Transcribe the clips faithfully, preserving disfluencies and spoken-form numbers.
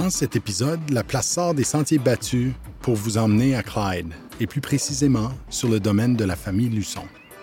Dans cet épisode, la place sort des sentiers battus pour vous emmener à Clyde, et plus précisément sur le domaine de la famille Luçon.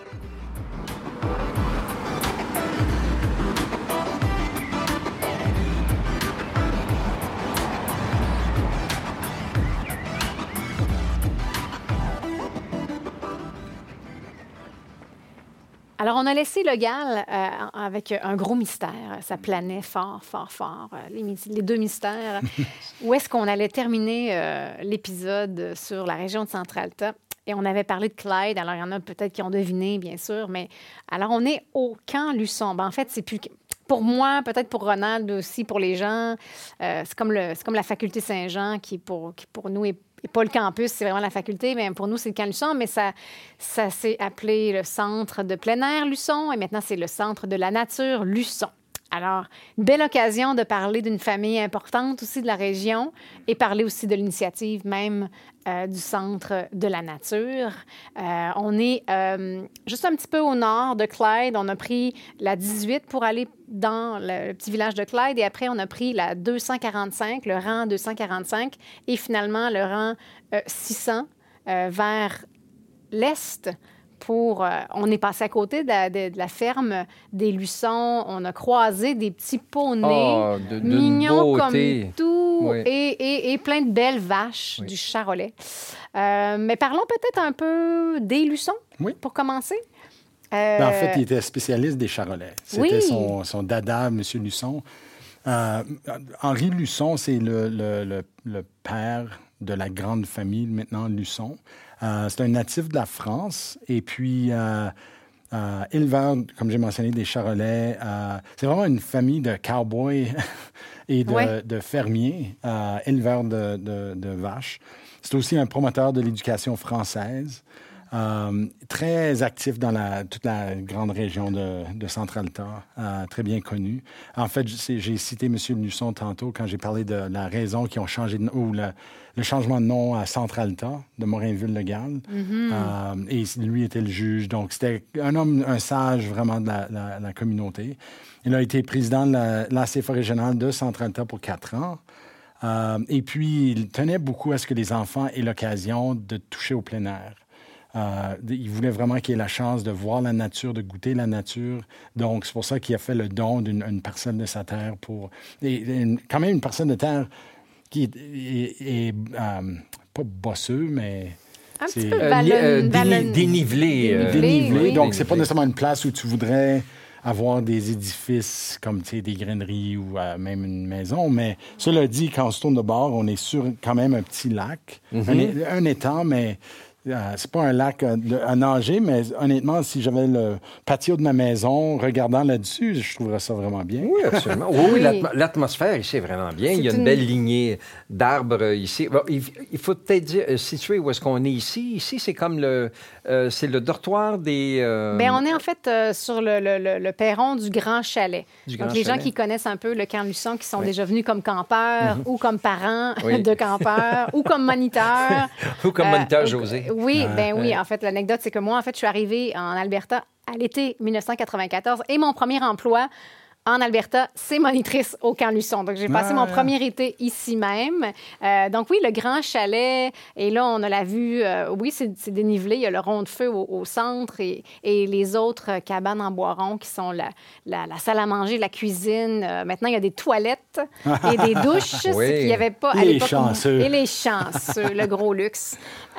Alors, on a laissé le Galles euh, avec un gros mystère. Ça planait fort, fort, fort. Euh, les, les deux mystères. Où est-ce qu'on allait terminer euh, l'épisode sur la région de Centre-Alta? Et on avait parlé de Clyde. Alors, il y en a peut-être qui ont deviné, bien sûr. Mais alors, on est au camp Luçon. Ben, en fait, c'est plus... Pour moi, peut-être pour Ronald aussi, pour les gens, euh, c'est, comme le, c'est comme la faculté Saint-Jean qui, pour, qui pour nous, est Et pas le campus, c'est vraiment la faculté, mais pour nous, c'est le camp Luçon, mais ça, ça s'est appelé le Centre de plein air Luçon, et maintenant, c'est le Centre de la nature Luçon. Alors, une belle occasion de parler d'une famille importante aussi de la région et parler aussi de l'initiative même euh, du Centre de la nature. Euh, on est euh, juste un petit peu au nord de Clyde. On a pris la dix-huit pour aller dans le, le petit village de Clyde et après, on a pris la deux cent quarante-cinq, le rang deux cent quarante-cinq et finalement le rang euh, six cents euh, vers l'est. Pour, euh, on est passé à côté de la, de, de la ferme des Luçons. On a croisé des petits poneys oh, de, mignons comme tout oui. et, et, et plein de belles vaches oui. du Charolais. Euh, mais parlons peut-être un peu des Luçons oui. pour commencer. Euh... Ben, en fait, il était spécialiste des Charolais. C'était oui. son, son dada, M. Luçon. Euh, Henri Luçon, c'est le, le, le, le père de la grande famille maintenant Luçon. Euh, c'est un natif de la France et puis euh, euh, éleveur, comme j'ai mentionné, des Charolais. Euh, c'est vraiment une famille de cow-boys et de, ouais. de fermiers, euh, éleveurs de, de, de vaches. C'est aussi un promoteur de l'éducation française, euh, très actif dans la, toute la grande région de, de Centre-Alta, euh, très bien connu. En fait, j'ai cité M. Luçon tantôt quand j'ai parlé de la raison qui ont changé de, ou le, le changement de nom à Centre-Alta, de Morinville-le-Galles. Mm-hmm. Euh, et lui était le juge. Donc, c'était un homme, un sage vraiment de la, la, la communauté. Il a été président de la, l'A C F A régionale de Centre-Alta pour quatre ans. Euh, et puis, il tenait beaucoup à ce que les enfants aient l'occasion de toucher au plein air. Euh, il voulait vraiment qu'il ait la chance de voir la nature, de goûter la nature. Donc, c'est pour ça qu'il a fait le don d'une une parcelle de sa terre pour... Et, et quand même une parcelle de terre qui est, est, est euh, pas bosseux, mais... Un c'est, petit peu ballon, euh, déni- ballon, dénivelé. Dénivelé, dénivelé. Oui. Donc, c'est pas nécessairement une place où tu voudrais avoir des édifices comme, tu sais, des graineries ou euh, même une maison. Mais cela dit, quand on se tourne de bord, on est sur quand même un petit lac, mm-hmm. un, un étang, mais... Euh, c'est pas un lac à, à nager, mais honnêtement, si j'avais le patio de ma maison, regardant là-dessus, je trouverais ça vraiment bien. Oui, absolument. Oui, oui. L'atm- l'atmosphère ici est vraiment bien. C'est il y a une, une belle lignée d'arbres ici. Bon, il, il faut peut-être dire, euh, situer où est-ce qu'on est ici. Ici, c'est comme le, euh, c'est le dortoir des... Euh... Bien, on est en fait euh, sur le, le, le, le perron du Grand Chalet. Du Donc, Grand les Chalet. gens qui connaissent un peu le camp Luçon, qui sont oui. déjà venus comme campeurs mm-hmm. ou comme parents oui. de campeurs ou comme moniteurs. ou comme moniteur euh, José. Oui, ah, ben oui. Ouais. En fait, l'anecdote, c'est que moi, en fait, je suis arrivée en Alberta à l'été dix-neuf cent quatre-vingt-quatorze et mon premier emploi en Alberta, c'est monitrice au camp Luçon. Donc, j'ai passé ah, mon premier été ici même. Euh, donc, oui, le Grand Chalet. Et là, on a la vue. Euh, oui, c'est, c'est dénivelé. Il y a le rond de feu au, au centre et, et les autres cabanes en bois rond qui sont la, la, la salle à manger, la cuisine. Euh, maintenant, il y a des toilettes et des douches, oui. ce qu'il n'y avait pas à les l'époque. Chanceux. Et les chanceux, le gros luxe.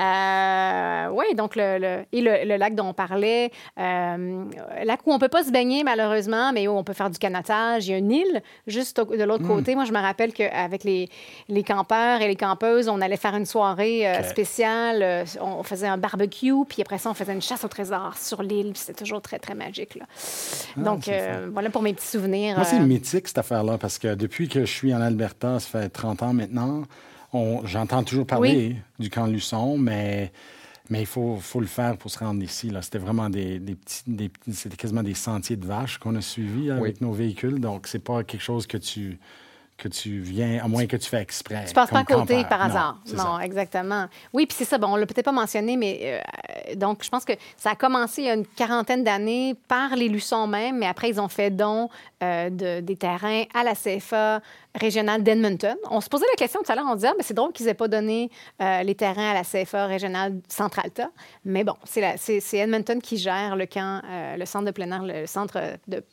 Euh, oui, donc, le, le, et le, le lac dont on parlait. Euh, lac où on ne peut pas se baigner, malheureusement, mais où on peut faire du canoë. Il y a une île juste au, de l'autre mmh. côté. Moi, je me rappelle qu'avec les, les campeurs et les campeuses, on allait faire une soirée euh, okay. spéciale. Euh, on faisait un barbecue, puis après ça, on faisait une chasse au trésor sur l'île. Puis c'était toujours très, très magique. Là. Ah, Donc, euh, voilà pour mes petits souvenirs. Moi, c'est euh... mythique, cette affaire-là, parce que depuis que je suis en Alberta, ça fait trente ans maintenant, on, j'entends toujours parler oui. du camp Luçon, mais... Mais il faut, faut le faire pour se rendre ici. Là. C'était vraiment des, des petits... Des, c'était quasiment des sentiers de vaches qu'on a suivis avec oui. nos véhicules. Donc, c'est pas quelque chose que tu, que tu viens, à moins que tu fais exprès. Tu passes pas à côté campeur. par hasard. Non, non ça. exactement. Oui, puis c'est ça. Bon, on l'a peut-être pas mentionné, mais euh, donc, je pense que ça a commencé il y a une quarantaine d'années par les Luçons même, mais après, ils ont fait don euh, de, des terrains à la C F A régionale d'Edmonton. On se posait la question tout à l'heure, on disait, ah, mais c'est drôle qu'ils aient pas donné euh, les terrains à la C F A régionale Centralta. Mais bon, c'est, la, c'est, c'est Edmonton qui gère le camp, euh, le centre de plein air, le centre de,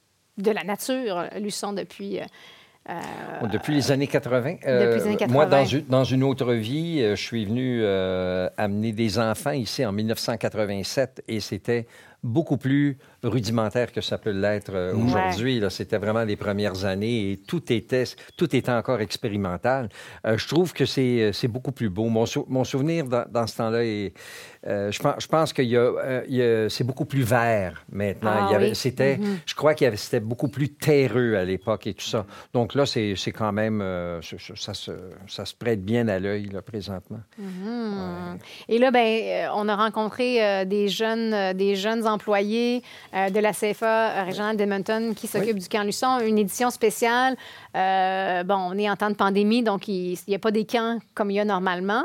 de la nature, Luçon, depuis... Euh, Euh, depuis les années quatre-vingt. Euh, depuis les années quatre-vingt. Moi, dans, dans une autre vie, je suis venu euh, amener des enfants ici en dix-neuf cent quatre-vingt-sept et c'était beaucoup plus rudimentaire que ça peut l'être euh, aujourd'hui. Ouais. Là, c'était vraiment les premières années et tout était, tout était encore expérimental. Euh, je trouve que c'est, c'est beaucoup plus beau. Mon, sou, mon souvenir dans, dans ce temps-là est... Euh, je pense, je pense qu'il y a, euh, il y a, c'est beaucoup plus vert maintenant. Ah, il y avait, oui. c'était, mm-hmm. Je crois qu'il y avait, c'était beaucoup plus terreux à l'époque et tout ça. Donc là, c'est, c'est quand même... Euh, ça, se, ça se prête bien à l'œil, là, présentement. Mm-hmm. Ouais. Et là, ben, on a rencontré euh, des jeunes, euh, des jeunes employés euh, de la C F A régionale d'Edmonton qui s'occupent oui. du camp Luçon. Une édition spéciale. Euh, bon, on est en temps de pandémie, donc il n'y a pas des camps comme il y a normalement.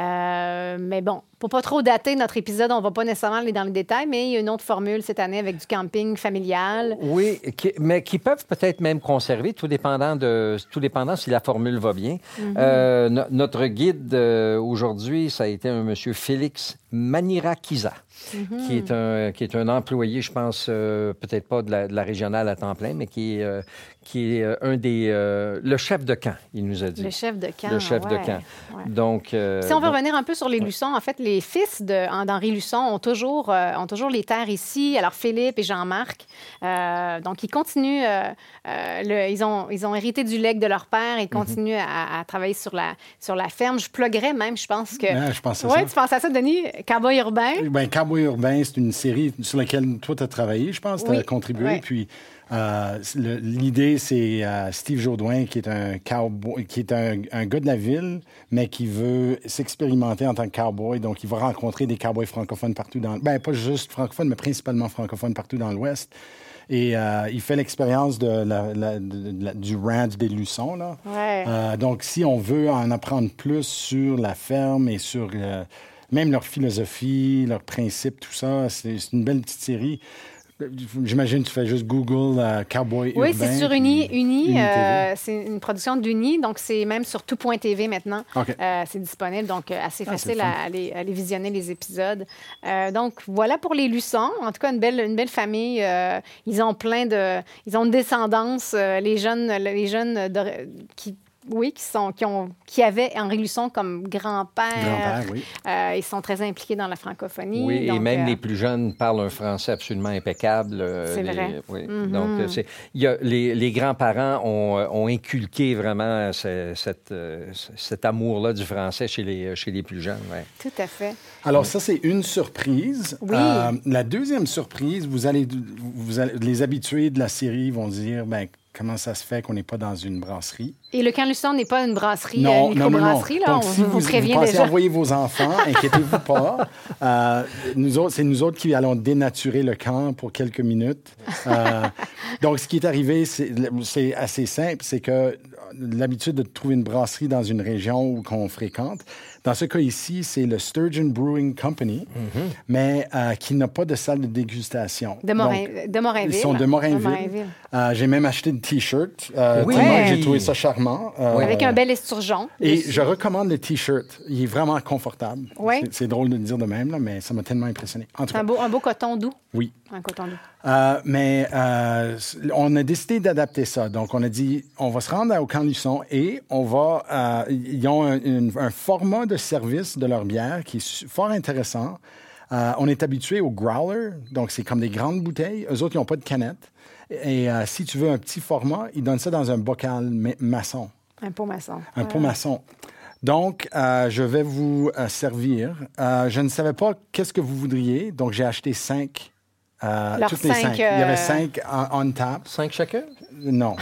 Euh, mais bon, pour pas trop dater notre épisode, on va pas nécessairement aller dans les détails, mais il y a une autre formule cette année avec du camping familial. Oui, qui, mais qui peuvent peut-être même conserver, tout dépendant, de, tout dépendant si la formule va bien. Mm-hmm. Euh, no, notre guide euh, aujourd'hui, ça a été un monsieur Félix Manirakiza. Mm-hmm. Qui est un qui est un employé, je pense, euh, peut-être pas de la, de la régionale à temps plein, mais qui est, euh, qui est euh, un des... Euh, le chef de camp, il nous a dit. Le chef de camp, Le chef ouais, de camp. Ouais. Donc... Euh, si on veut donc... revenir un peu sur les Luçons, en fait, les fils de, d'Henri Luçon ont toujours, euh, ont toujours les terres ici. Alors, Philippe et Jean-Marc, euh, donc ils continuent... Euh, euh, le, ils, ont, ils ont hérité du legs de leur père et continuent mm-hmm. à, à travailler sur la, sur la ferme. Je pluguerais même, je pense que... Ouais, je pense à ouais, ça. tu penses à ça, Denis? Cowboy urbain? Bien, Cowboy urbain, c'est une série sur laquelle toi, tu as travaillé, je pense, tu as oui. contribué. Ouais. Puis euh, le, l'idée, c'est euh, Steve Jaudoin, qui est un cowboy, qui est un, un gars de la ville, mais qui veut s'expérimenter en tant que cowboy. Donc, il va rencontrer des cowboys francophones partout dans... Bien, pas juste francophones, mais principalement francophones partout dans l'Ouest. Et euh, il fait l'expérience de la, la, de la, du ranch des Luçons. Là. Ouais. Euh, donc, si on veut en apprendre plus sur la ferme et sur... Euh, même leur philosophie, leurs principes, tout ça, c'est, c'est une belle petite série. J'imagine que tu fais juste Google euh, Cowboy oui, urbain. Oui, c'est sur Uni. Uni, Uni euh, c'est une production d'Uni, donc c'est même sur tout point T V maintenant. Okay. Euh, c'est disponible, donc assez facile ah, à, aller, à aller visionner les épisodes. Euh, donc voilà pour les Luçons. En tout cas, une belle, une belle famille. Euh, ils ont plein de... Ils ont une descendance. Euh, les jeunes, les jeunes de, qui... Oui, qui, sont, qui, ont, qui avaient Henri Luçon comme grand-père. Grand-père, oui. Euh, ils sont très impliqués dans la francophonie. Oui, donc, et même euh... les plus jeunes parlent un français absolument impeccable. C'est les, vrai. Oui. Mm-hmm. Donc, c'est, il y a, les, les grands-parents ont, ont inculqué vraiment ce, cette, cet amour-là du français chez les, chez les plus jeunes. Ouais. Tout à fait. Alors, ça, c'est une surprise. Oui. Euh, la deuxième surprise, vous allez, vous allez, les habitués de la série vont dire, ben comment ça se fait qu'on n'est pas dans une brasserie? Et le camp Luçon n'est pas une brasserie, non, une microbrasserie, là. Donc, on si vous, vous, vous prévient vous pensez déjà. envoyer vos enfants, inquiétez-vous pas. Euh, nous autres, c'est nous autres qui allons dénaturer le camp pour quelques minutes. Euh, donc, ce qui est arrivé, c'est, c'est assez simple, c'est que l'habitude de trouver une brasserie dans une région où qu'on fréquente, dans ce cas ici, c'est le Sturgeon Brewing Company, mm-hmm. mais euh, qui n'a pas de salle de dégustation. De, Morin... Donc, de Morinville. Ils sont de Morinville. De Morinville. Euh, j'ai même acheté des T-shirts. Euh, oui. Tellement que j'ai trouvé ça charmant. Euh, Avec un bel esturgeon. Et je recommande le T-shirt. Il est vraiment confortable. Oui. C'est, c'est drôle de le dire de même, là, mais ça m'a tellement impressionné. En tout cas, un, beau, un beau coton doux. Oui. Un coton doux. Euh, mais euh, on a décidé d'adapter ça. Donc, on a dit, on va se rendre au camp Luçon et on va... Euh, ils ont un, un, un format de service de leur bière qui est fort intéressant. Euh, on est habitué au growler, donc c'est comme des grandes bouteilles. Eux autres, ils n'ont pas de canette. Et euh, si tu veux un petit format, ils donnent ça dans un bocal ma- maçon. Un pot maçon. Un ouais. pot maçon. Donc, euh, je vais vous euh, servir. Euh, je ne savais pas qu'est-ce que vous voudriez, donc j'ai acheté cinq. Euh, toutes cinq, les cinq. Euh... Il y avait cinq on, on tap. Cinq chacun? Non.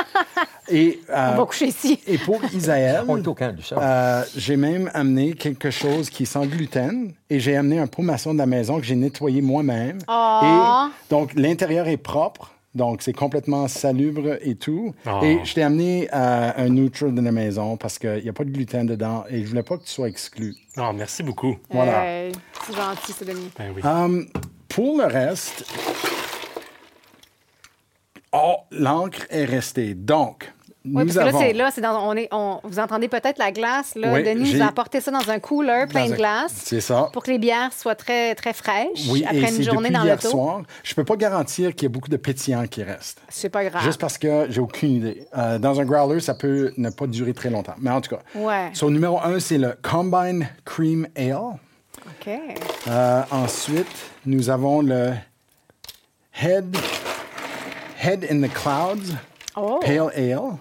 Et, euh, on va coucher ici. Et pour Isaël, on est au camp, Luçon. Euh, j'ai même amené quelque chose qui est sans gluten et j'ai amené un pot maçon de la maison que j'ai nettoyé moi-même. Oh. Et donc, l'intérieur est propre. Donc, c'est complètement salubre et tout. Oh. Et je t'ai amené euh, un Nutra de la maison parce qu'il n'y a pas de gluten dedans et je voulais pas que tu sois exclu. Oh, merci beaucoup. Voilà. Euh, c'est gentil, c'est Denis. Ben oui. Um, pour le reste, oh, l'encre est restée. Donc, Oui, nous parce que avons... là, c'est, là c'est dans, on est, on, vous entendez peut-être la glace. Là. Oui, Denis j'ai- nous a apporté ça dans un cooler plein Dans de un- glace C'est ça. pour que les bières soient très, très fraîches Oui, après et une c'est journée depuis dans hier l'auto. soir. Je peux pas garantir qu'il y a beaucoup de pétillant qui reste. C'est pas grave. Juste parce que j'ai aucune idée. Euh, dans un growler, ça peut ne pas durer très longtemps. Mais en tout cas. Ouais. So, numéro un, c'est le Combine Cream Ale. OK. Euh, ensuite, nous avons le Head, Head in the Clouds Oh. Pale Ale.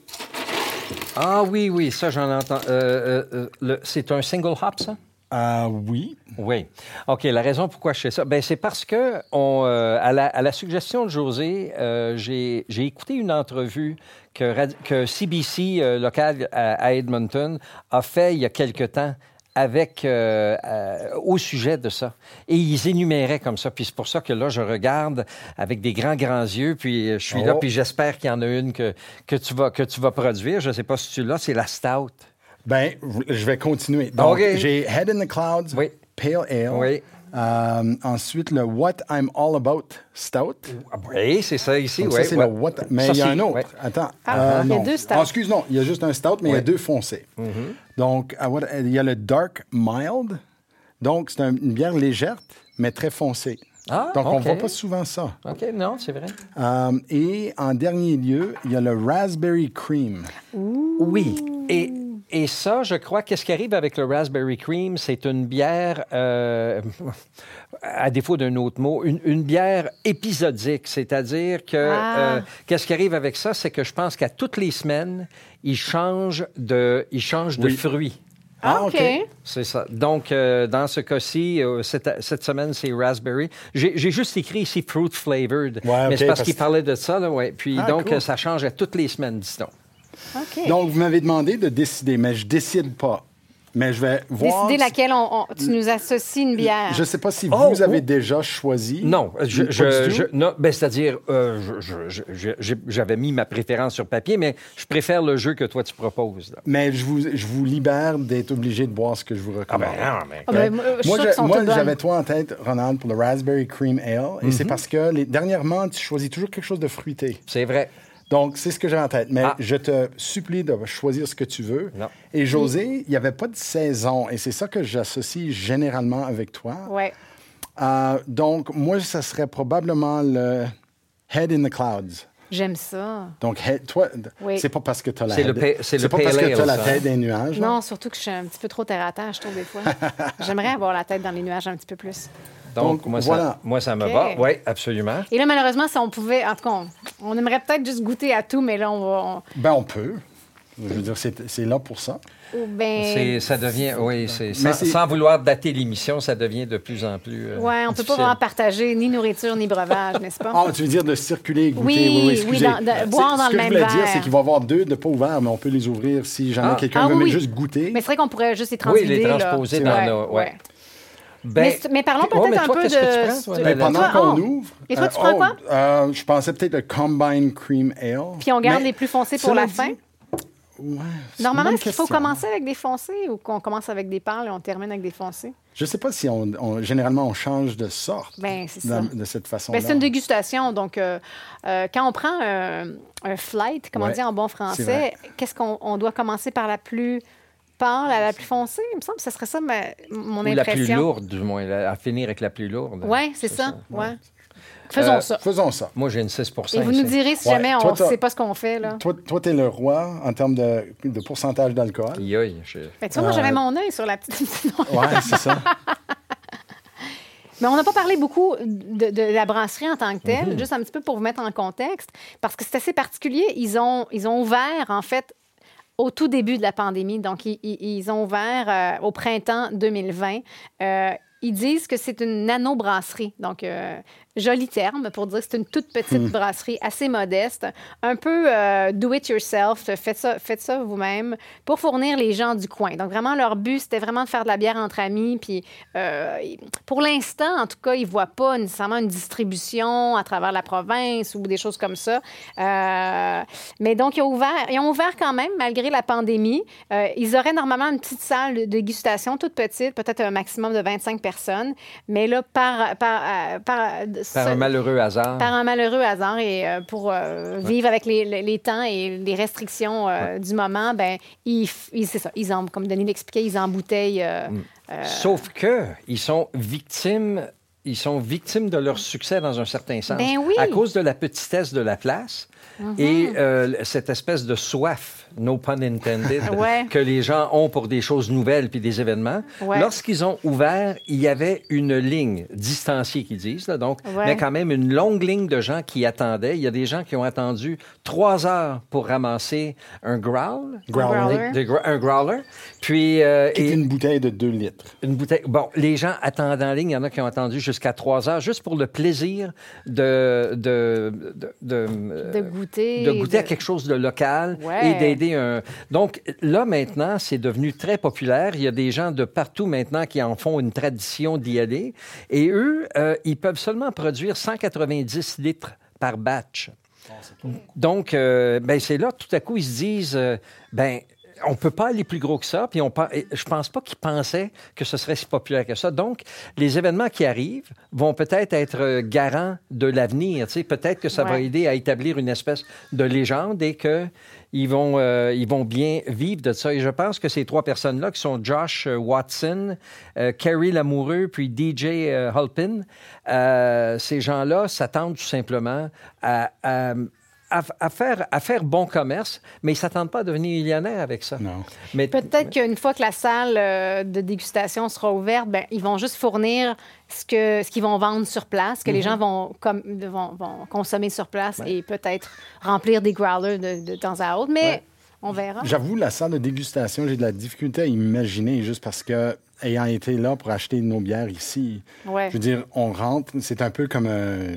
Ah oui, oui, ça, j'en entends. Euh, euh, euh, le- c'est un single hop, ça? Euh, oui. Oui. OK, la raison pourquoi je fais ça, ben c'est parce que, on, euh, à, la, à la suggestion de José, euh, j'ai j'ai écouté une entrevue que, Rad- que C B C euh, local à, à Edmonton a fait il y a quelque temps avec, euh, euh, au sujet de ça. Et ils énuméraient comme ça. Puis c'est pour ça que là, je regarde avec des grands, grands yeux. Puis euh, je suis là, Oh. puis j'espère qu'il y en a une que, que, tu vas, que tu vas produire. Je ne sais pas si tu l'as, c'est la Stout. Ben, je vais continuer. Donc, OK. j'ai Head in the Clouds Oui. Pale Ale. Oui. Euh, ensuite, le What I'm All About Stout. Ah, oui, c'est ça ici. Donc oui, ça, c'est ouais. le What... Mais Ça, il y a c'est- un autre. ouais. Attends. Ah, il y a non. deux stouts. Ah, excuse, non. Il y a juste un stout, mais il y a Ouais. deux foncés. Donc, à what- il y a le Dark Mild. Donc, c'est un- une bière légère, mais très foncée. Ah, Donc, on ne OK. voit pas souvent ça. OK, non, c'est vrai. Euh, et en dernier lieu, il y a le Raspberry Cream. Oui. Et, et ça, je crois, qu'est-ce qui arrive avec le Raspberry Cream? C'est une bière, euh, à défaut d'un autre mot, une, une bière épisodique. C'est-à-dire que, Ah. euh, qu'est-ce qui arrive avec ça? C'est que je pense qu'à toutes les semaines, ils changent de, ils changent de Oui. fruits. Ah, OK. C'est ça. Donc, euh, dans ce cas-ci, euh, cette, cette semaine, c'est raspberry. J'ai j'ai juste écrit ici fruit flavored, Ouais, mais OK, c'est parce parce qu'il que- parlait de ça, là, ouais. Puis Ah, donc, cool. euh, ça change à toutes les semaines, disons. OK. Donc, vous m'avez demandé de décider, mais je décide pas. Mais je vais voir... Décider si- laquelle on, on- tu nous associes une bière. Je ne sais pas si Oh, vous avez oh. déjà choisi. Non, je, Pas je, du tout? je- non, ben, c'est-à-dire, euh, je- je- je- je- j'ai- j'avais mis ma préférence sur papier, mais je préfère le jeu que toi tu proposes. Là. Mais je vous, je vous libère d'être obligé de boire ce que je vous recommande. mais... Ah, ben, moi, je suis Moi, sûre je- qu'elles sont moi, toutes bonnes. j'avais toi en tête, Ronald, pour le Raspberry Cream Ale. Et c'est parce que les, dernièrement, tu choisis toujours quelque chose de fruité. C'est vrai. Donc, c'est ce que j'avais en tête. Mais Ah. je te supplie de choisir ce que tu veux. Non. Et José, il n'y avait pas de saison. Et c'est ça que j'associe généralement avec toi. Ouais. Euh, donc, moi, ça serait probablement le Head in the Clouds. J'aime ça. Donc, head- toi, Oui. c'est pas parce que tu as la C'est le head- pa- c'est le pas parce pale que tu as ale, la ça. tête des nuages. là. Non, surtout que je suis un petit peu trop terre à terre, je trouve, des fois. J'aimerais avoir la tête dans les nuages un petit peu plus. Donc, Donc, moi, voilà. ça, moi, ça me OK. va. Oui, absolument. Et là, malheureusement, si on pouvait... En tout cas, on, on aimerait peut-être juste goûter à tout, mais là, on va... on- Ben, on peut. Je veux dire, c'est c'est là pour ça. ou ben... C'est, ça devient, oui, c'est, Mais sans, c'est- sans vouloir dater l'émission, ça devient de plus en plus. euh, Ouais, on peut pas difficile. vraiment partager ni nourriture ni breuvage, n'est-ce pas? Ah, tu veux dire de circuler et goûter? Oui, Oui, oui, oui, excusez. dans- de- boire C'est- dans ce le que même je voulais dire, verre. c'est qu'il va y avoir deux de pas ouverts, mais on peut les ouvrir si jamais Ah. quelqu'un Ah veut oui, mais oui. juste goûter. Mais c'est vrai qu'on pourrait juste les Oui, transvider. les là. transposer C'est dans vrai. nos. Ouais. Mais, Ben, c'est- mais parlons oh, mais peut-être un toi, peu qu'est-ce de... que tu prends, toi, de- Ben, la- pendant toi, qu'on oh. ouvre... Et toi, euh, tu prends oh, quoi? euh, je pensais peut-être le Combine Cream Ale. Puis on garde Mais les plus foncés pour cela la dit- fin? Ouais, c'est une Normalement, bonne est-ce qu'il faut question. commencer avec des foncés ou qu'on commence avec des pâles et on termine avec des foncés? Je sais pas si on, on- généralement on change de sorte Ben, c'est dans- ça. de cette façon-là. Ben, c'est une dégustation. Donc, euh, euh, quand on prend un, un flight, comme on Ouais, dit en bon c'est français, vrai. qu'est-ce qu'on on doit commencer par la plus pâle à la plus foncée? Il me semble que ce serait ça ma- mon Ou la plus impression. lourde, du moins, la- à finir avec la plus lourde. Oui, c'est ça. ça. Ouais. Faisons Euh, ça. Faisons ça. Moi, j'ai une six pour cent. Et vous nous ici. direz si Ouais, jamais toi, on ne t'as- sait pas ce qu'on fait. Là. Toi, toi tu es le roi en termes de, de pourcentage d'alcool. Aïe, aïe, je- Ben, tu vois, moi, Euh, j'avais mon œil sur la petite... Ouais, c'est ça. Mais on n'a pas parlé beaucoup de, de la brasserie en tant que telle, Mm-hmm. juste un petit peu pour vous mettre en contexte, parce que c'est assez particulier. Ils ont, ils ont ouvert, en fait, au tout début de la pandémie. Donc, ils, ils- ils ont ouvert euh, au printemps deux mille vingt. Euh, ils disent que c'est une nano-brasserie. Donc, euh, joli terme pour dire que c'est une toute petite mmh. brasserie assez modeste, un peu euh, do-it-yourself, faites ça, faites ça vous-même, pour fournir les gens du coin. Donc, vraiment, leur but, c'était vraiment de faire de la bière entre amis. Puis, euh, pour l'instant, en tout cas, ils ne voient pas nécessairement une distribution à travers la province ou des choses comme ça. Euh, mais donc, ils ont ouvert, ils ont ouvert quand même, malgré la pandémie. Euh, ils auraient normalement une petite salle de dégustation toute petite, peut-être un maximum de vingt-cinq personnes. Mais là, par... par, par Par un malheureux hasard. Par un malheureux hasard. Et euh, pour euh, vivre ouais. avec les, les, les temps et les restrictions euh, ouais. du moment, ben ils, ils, c'est ça. Ils en, comme Denis l'expliquait, ils embouteillent. Euh, mm. euh... Sauf que ils sont victimes... Ils sont victimes de leur succès dans un certain sens. Ben oui. À cause de la petitesse de la place mm-hmm. et euh, cette espèce de soif, no pun intended, ouais. que les gens ont pour des choses nouvelles puis des événements. Ouais. Lorsqu'ils ont ouvert, il y avait une ligne distanciée, qu'ils disent, là, donc, ouais. mais quand même une longue ligne de gens qui attendaient. Il y a des gens qui ont attendu trois heures pour ramasser un growl. Growler. De, de, un growler. Puis... Euh, qui est et, une bouteille de deux litres. Une bouteille... Bon, les gens attendent en ligne. Il y en a qui ont attendu jusqu'à trois heures, juste pour le plaisir de... De, de, de, de goûter. De goûter de... à quelque chose de local ouais. et d'aider un... Donc, là, maintenant, c'est devenu très populaire. Il y a des gens de partout, maintenant, qui en font une tradition d'y aller. Et eux, euh, ils peuvent seulement produire cent quatre-vingt-dix litres par batch. Oh, Donc, euh, ben, c'est là, tout à coup, ils se disent... Euh, ben on peut pas aller plus gros que ça, puis on je pense pas qu'ils pensaient que ce serait si populaire que ça. Donc, les événements qui arrivent vont peut-être être garants de l'avenir. Tu sais, peut-être que ça ouais. va aider à établir une espèce de légende et que ils vont, euh, ils vont bien vivre de ça. Et je pense que ces trois personnes-là, qui sont Josh Watson, euh, Kerry Lamoureux, puis D J euh, Halpin, euh, ces gens-là s'attendent tout simplement à... à À, à, faire, à faire bon commerce, mais ils ne s'attendent pas à devenir millionnaires avec ça. Non. Mais, Peut-être qu'une fois que la salle euh, de dégustation sera ouverte, ben, ils vont juste fournir ce, que, ce qu'ils vont vendre sur place, que mm-hmm. les gens vont, com- vont, vont consommer sur place ouais. et peut-être remplir des growlers de, de temps à autre. Mais ouais. on verra. J'avoue, la salle de dégustation, j'ai de la difficulté à imaginer juste parce que, ayant été là pour acheter nos bières ici, ouais. je veux dire, on rentre, c'est un peu comme un...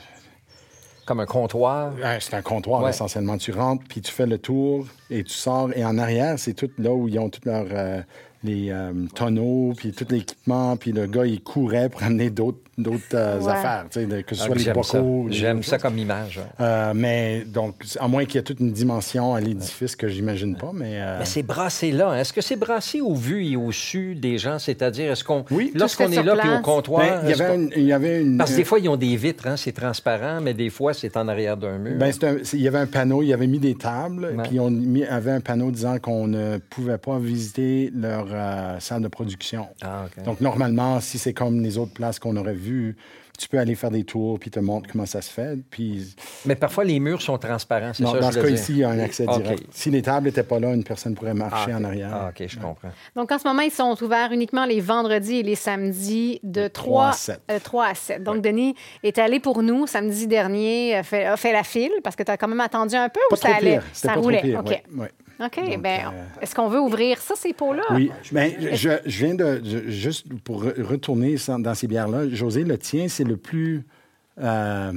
Comme un comptoir. Ouais, c'est un comptoir, ouais. essentiellement. Tu rentres, puis tu fais le tour, et tu sors. Et en arrière, c'est tout là où ils ont tous leurs euh, les euh, tonneaux, puis tout l'équipement. Puis le gars, il courait pour amener d'autres, d'autres euh, ouais. affaires, tu sais, que ce ah, soit les bocaux. J'aime ça comme image. Ouais. Euh, mais donc, à moins qu'il y ait toute une dimension à l'édifice que j'imagine pas, mais... Euh... Mais c'est brassé là. Hein? Est-ce que c'est brassé au vu et au su des gens? C'est-à-dire, est-ce qu'on... Oui, lorsqu'on est là, puis au comptoir... Ben, il, y avait une, il y avait une... Parce que des fois, ils ont des vitres, hein? C'est transparent, mais des fois, c'est en arrière d'un mur. Ben, c'est un, c'est, il y avait un panneau, il y avait mis des tables, ouais. puis on mis, avait un panneau disant qu'on ne pouvait pas visiter leur euh, salle de production. Ah, okay. Donc, normalement, si c'est comme les autres places qu'on aurait vues, tu peux aller faire des tours puis te montre comment ça se fait. Puis... Mais parfois, les murs sont transparents, c'est non, ça? Dans je ce cas dire. ici, il y a un accès okay. direct. Si les tables n'étaient pas là, une personne pourrait marcher ah, okay. en arrière. Ah, OK, je ouais. comprends. Donc, en ce moment, ils sont ouverts uniquement les vendredis et les samedis de trois à sept. Donc, ouais. Denis est allé pour nous samedi dernier, a fait, a fait la file parce que tu as quand même attendu un peu pas ou ça allait? Pire. C'était ça pas roulait? Trop pire. OK. Ouais, ouais. OK. Donc, bien, euh... est-ce qu'on veut ouvrir ça, ces pots-là? Oui. Bien, je, je viens de... Je, juste pour re- retourner dans ces bières-là, José, le tien, c'est le plus... Euh,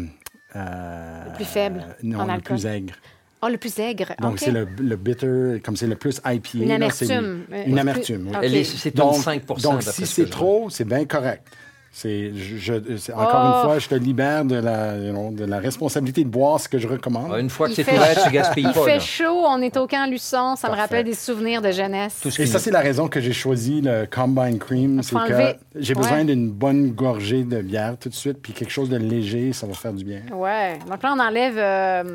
euh, le plus faible non, en le alcool. plus aigre. Ah, oh, le plus aigre. Donc, okay. c'est le, le bitter, comme c'est le plus I P A. Une là, amertume. C'est une amertume, oui. Okay. Elle est, c'est donc, cinq pour cent. Donc, si c'est trop, c'est bien correct. C'est, je, je, c'est, encore oh. une fois, je te libère de la, you know, de la responsabilité de boire ce que je recommande. Une fois que il c'est fait... ouvert, tu gaspilles il pas. Il fait là. chaud, on est au camp Luçon, ça Parfait. me rappelle des souvenirs de jeunesse. Et ça, c'est la raison que j'ai choisi le Combine Cream. C'est enlever. que j'ai besoin ouais. d'une bonne gorgée de bière tout de suite, puis quelque chose de léger, ça va faire du bien. Ouais. Donc là, on enlève... Euh...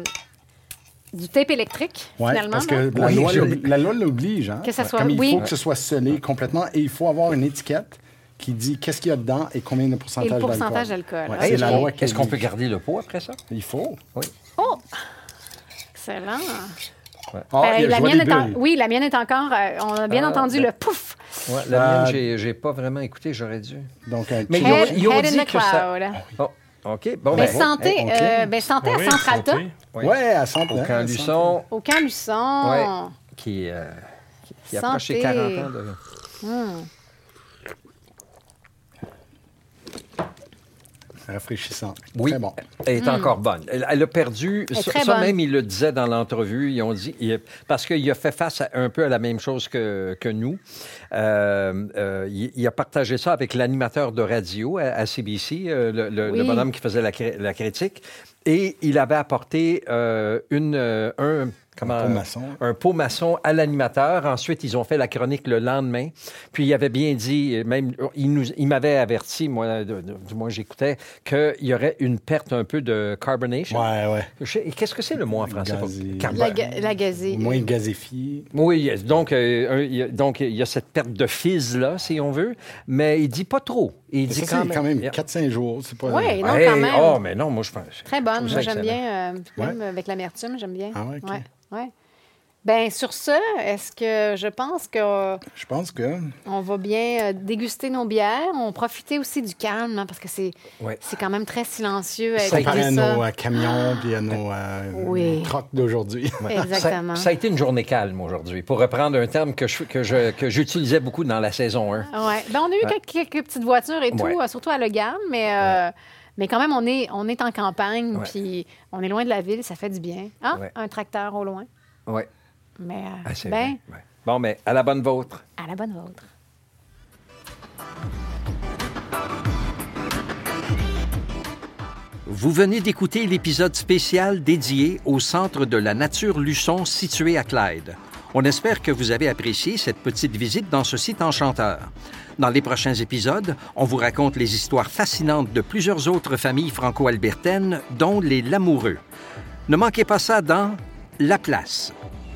du tape électrique, ouais, finalement. Parce que la, oui, loi je... la loi l'oblige. Hein? Que ça soit... Comme il oui. faut que ce soit scellé complètement et il faut avoir une étiquette qui dit qu'est-ce qu'il y a dedans et combien de pourcentage d'alcool. Et le pourcentage d'alcool. Ouais, okay. C'est la loi. Est-ce qu'on peut garder le pot après ça? Il faut. Oui. Oh! Excellent. Ouais. Oh, ben, la mienne est en... Oui, la mienne est encore... Euh, on a bien ah, entendu ben... le pouf! Ouais, la euh... mienne, j'ai, j'ai pas vraiment écouté, j'aurais dû. Donc, un Mais head, ils ont, ils ont dit in the que cloud. Ça... Oh. OK. Bon, ben, ben, santé, hey, okay. euh, ben, santé ah, à oui, Centralta. Oui, ouais, à Centralta. Au camp Luçon. Au camp Luçon. Oui, qui, euh, qui, qui approche ses quarante ans. De... Hum. Rafraîchissant. Oui, très bon. Elle est mmh. encore bonne. Elle, elle a perdu... Ça, ça même, il le disait dans l'entrevue. Ils ont dit... Il, parce qu'il a fait face à, un peu à la même chose que, que nous. Euh, euh, il, il a partagé ça avec l'animateur de radio à, à C B C, euh, le, le, oui. le bonhomme qui faisait la, la critique. Et il avait apporté euh, une, euh, un... Comment, un pot maçon. Un pot maçon à l'animateur. Ensuite, ils ont fait la chronique le lendemain. Puis, il avait bien dit, même, il, nous, il m'avait averti, moi, de, de, du moins j'écoutais, qu'il y aurait une perte un peu de carbonation. Ouais, ouais. Je, qu'est-ce que c'est le mot en français? Gazé... Carbo... La, ga- la gazée. Moins gazéfié. Oui, donc, euh, il, donc, il y a cette perte de fizz-là, si on veut. Mais il dit pas trop. Il dit ça, quand, c'est même... quand même quatre cinq jours. C'est pas... Oui, non, hey, quand même. Oh, mais non, moi, je pense... Très bonne. Moi, j'aime bien, euh, même ouais. avec l'amertume, j'aime bien. Ah ouais, OK. Ouais. Ouais. Bien, sur ça, est-ce que je pense que... Je pense que... On va bien déguster nos bières. On profiter aussi du calme, hein, parce que c'est, ouais. c'est quand même très silencieux. Ça comparé à nos euh, camions puis à nos euh, oui. trocs d'aujourd'hui. Ouais. Exactement. Ça, ça a été une journée calme aujourd'hui, pour reprendre un terme que, je, que, je, que j'utilisais beaucoup dans la saison un. Oui. Ben, on a eu ouais. quelques, quelques petites voitures et tout, ouais. surtout à Le Gall, mais... Euh, ouais. Mais quand même, on est, on est en campagne, ouais. puis on est loin de la ville, ça fait du bien. Ah, ouais. Un tracteur au loin. Oui. Mais, euh, ah, c'est ben, ouais. Bon, mais à la bonne vôtre. À la bonne vôtre. Vous venez d'écouter l'épisode spécial dédié au Centre de la nature Luçon situé à Clyde. On espère que vous avez apprécié cette petite visite dans ce site enchanteur. Dans les prochains épisodes, on vous raconte les histoires fascinantes de plusieurs autres familles franco-albertaines, dont les Lamoureux. Ne manquez pas ça dans La Place.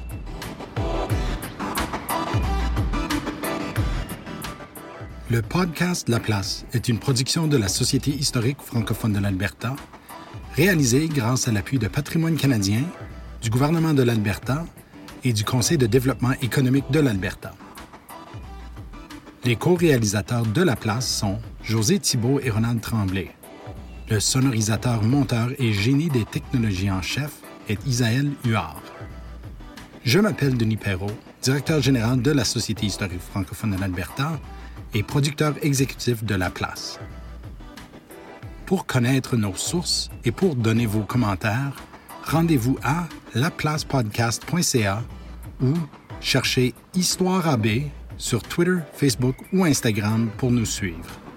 Le podcast La Place est une production de la Société historique francophone de l'Alberta, réalisée grâce à l'appui de Patrimoine canadien, du gouvernement de l'Alberta et du Conseil de développement économique de l'Alberta. Les co-réalisateurs de La Place sont José Thibault et Ronald Tremblay. Le sonorisateur, monteur et génie des technologies en chef est Isaël Huard. Je m'appelle Denis Perrault, directeur général de la Société historique francophone de l'Alberta et producteur exécutif de La Place. Pour connaître nos sources et pour donner vos commentaires, rendez-vous à laplacepodcast point c a ou cherchez Histoire A B sur Twitter, Facebook ou Instagram pour nous suivre.